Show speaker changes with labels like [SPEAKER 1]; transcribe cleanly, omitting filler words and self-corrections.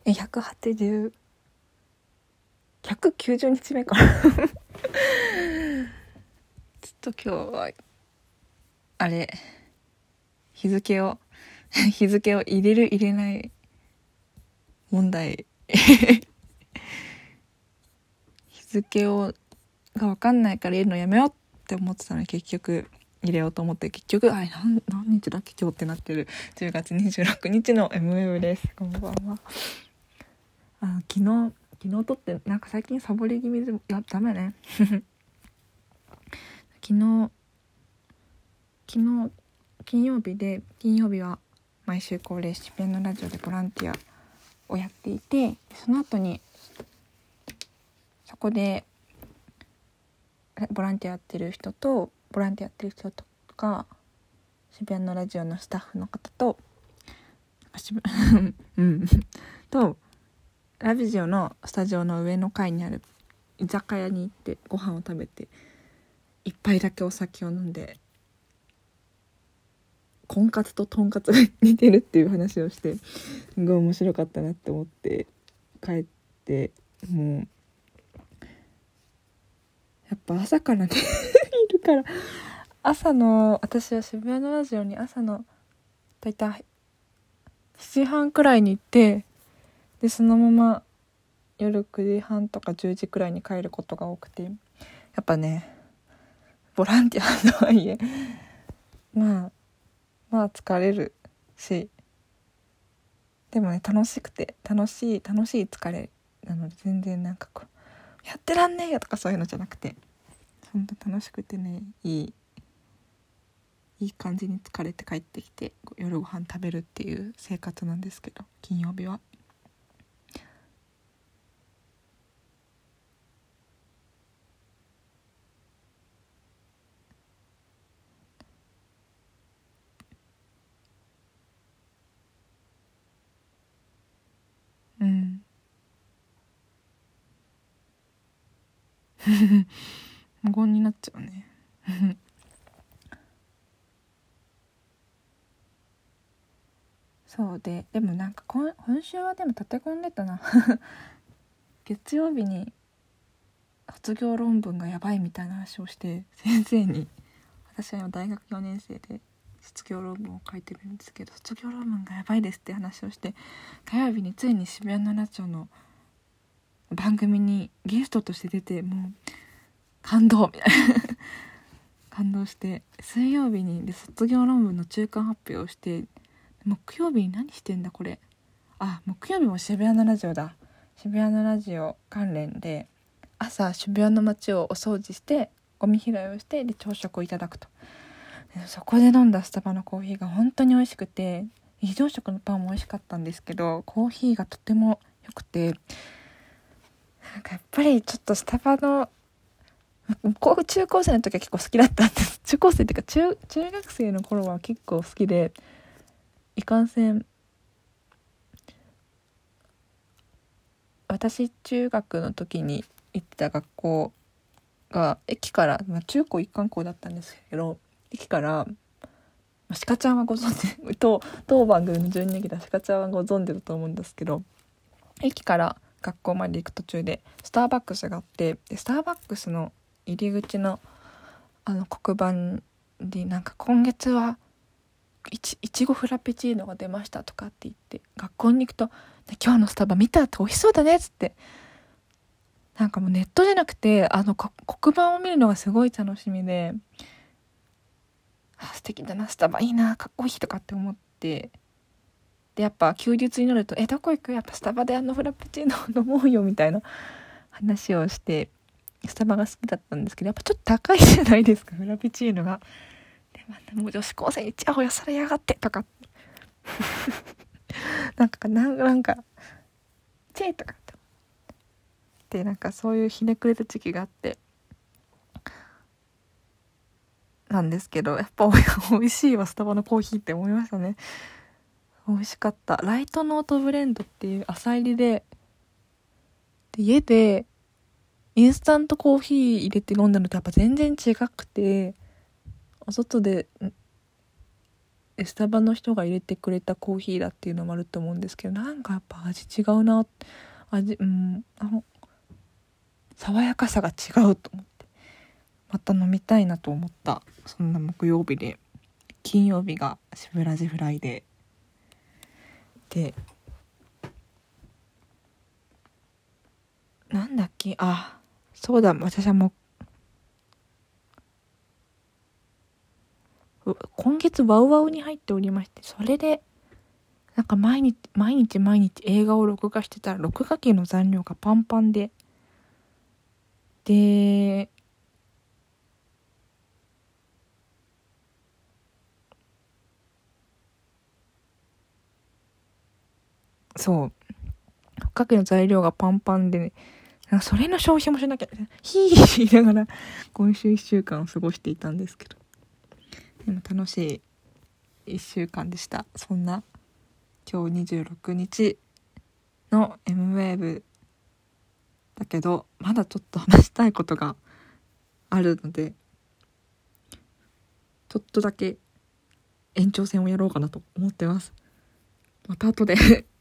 [SPEAKER 1] 190日目かなちょっと今日はあれ日付を入れる入れない問題日付が分かんないから入れるのやめようって思ってたのに、結局入れようと思って、結局何日だっけ今日ってなってる10月26日の MWeb です。こんばんは。昨日撮ってなんか最近サボり気味でダメね昨日金曜日は毎週恒例シピアノラジオでボランティアをやっていて、その後にそこでボランティアやってる人とか渋谷のラジオのスタッフの方ととラジオのスタジオの上の階にある居酒屋に行ってご飯を食べて、一杯だけお酒を飲んで、婚活ととんかつが似てるっていう話をして、すごい面白かったなって思って帰って、もうやっぱ朝からねいるから、私は渋谷のラジオに朝のだいたい7時半くらいに行って、でそのまま夜9時半とか10時くらいに帰ることが多くて、やっぱねボランティアとはいえまあ疲れるし、でもね楽しい疲れなので、全然なんかこうやってらんねえよとかそういうのじゃなくて、ほんと楽しくてね、いい感じに疲れて帰ってきて夜ご飯食べるっていう生活なんですけど、金曜日は無言になっちゃうねそうでもなんか今週はでも立て込んでたな月曜日に卒業論文がやばいみたいな話をして先生に、私は今大学4年生で卒業論文を書いてるんですけど、卒業論文がやばいですって話をして、火曜日についに渋谷のラジオの番組にゲストとして出て、もう感動みたいな感動して、水曜日に卒業論文の中間発表をして、木曜日に何してんだこれ、木曜日も渋谷のラジオだ。渋谷のラジオ関連で朝渋谷の街をお掃除してゴミ拾いをして、で朝食をいただくと。でそこで飲んだスタバのコーヒーが本当に美味しくて、非常食のパンも美味しかったんですけど、コーヒーがとても良くて、なんかやっぱりちょっとスタバの中高生の時は結構好きだったんです。中高生っていうか中学生の頃は結構好きで、いかんせん私中学の時に行ってた学校が駅から、中高一貫校だったんですけど、駅から鹿ちゃんはご存知当番組の12期だ鹿ちゃんはご存知だと思うんですけど、駅から学校まで行く途中でスターバックスがあって、でスターバックスの入り口の黒板でなんか今月はいちごフラペチーノが出ましたとかって言って、学校に行くと今日のスタバ見たって美味しそうだねっつって、なんかもうネットじゃなくて黒板を見るのがすごい楽しみで、素敵だなスタバいいなかっこいいとかって思って、でやっぱ休日になるとどこ行く、やっぱスタバでフラペチーノ飲もうよみたいな話をしてスタバが好きだったんですけど、やっぱちょっと高いじゃないですかフラペチーノが。でもう女子高生にちやほやされやがってとかなんかチェーとかってなんかそういうひねくれた時期があってなんですけど、やっぱ美味しいわスタバのコーヒーって思いましたね。美味しかった。ライトノートブレンドっていう浅入りで家でインスタントコーヒー入れて飲んだのとやっぱ全然違くて、お外でスタバの人が入れてくれたコーヒーだっていうのもあると思うんですけど、なんかやっぱ味違うな、爽やかさが違うと思って、また飲みたいなと思った、そんな木曜日で。金曜日がシブラジフライデーで、なんだっけ、そうだ、私はもう今月ワウワウに入っておりまして、それでなんか毎日映画を録画してたら、録画機の残量がパンパンで、そう、録画機の材料がパンパンで、ね、なんかそれの消費もしなきゃヒー言いながら今週1週間を過ごしていたんですけど、でも楽しい1週間でした。そんな今日26日の M-WAVE だけど、まだちょっと話したいことがあるので、ちょっとだけ延長戦をやろうかなと思ってます。また後で